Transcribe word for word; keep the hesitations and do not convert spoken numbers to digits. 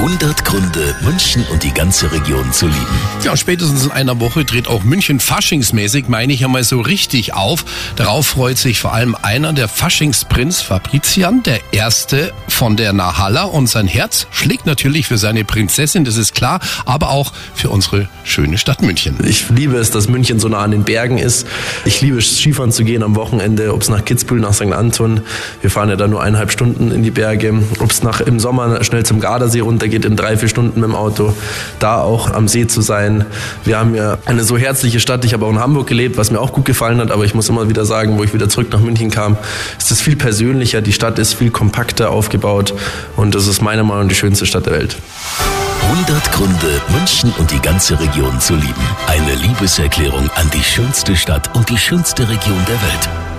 hundert Gründe, München und die ganze Region zu lieben. Ja, spätestens in einer Woche dreht auch München faschingsmäßig, meine ich einmal, so richtig auf. Darauf freut sich vor allem einer, der Faschingsprinz Fabrician, der Erste von der Narhalla. Und sein Herz schlägt natürlich für seine Prinzessin, das ist klar, aber auch für unsere schöne Stadt München. Ich liebe es, dass München so nah an den Bergen ist. Ich liebe es, Skifahren zu gehen am Wochenende, ob es nach Kitzbühel, nach Sankt Anton. Wir fahren ja da nur eineinhalb Stunden in die Berge. Ob es nach im Sommer schnell zum Gardasee runtergeht, in drei, vier Stunden mit dem Auto, da auch am See zu sein. Wir haben ja eine so herzliche Stadt. Ich habe auch in Hamburg gelebt, was mir auch gut gefallen hat, aber ich muss immer wieder sagen, wo ich wieder zurück nach München kam, ist es viel persönlicher. Die Stadt ist viel kompakter aufgebaut und das ist meiner Meinung nach die schönste Stadt der Welt. hundert Gründe, München und die ganze Region zu lieben. Eine Liebeserklärung an die schönste Stadt und die schönste Region der Welt.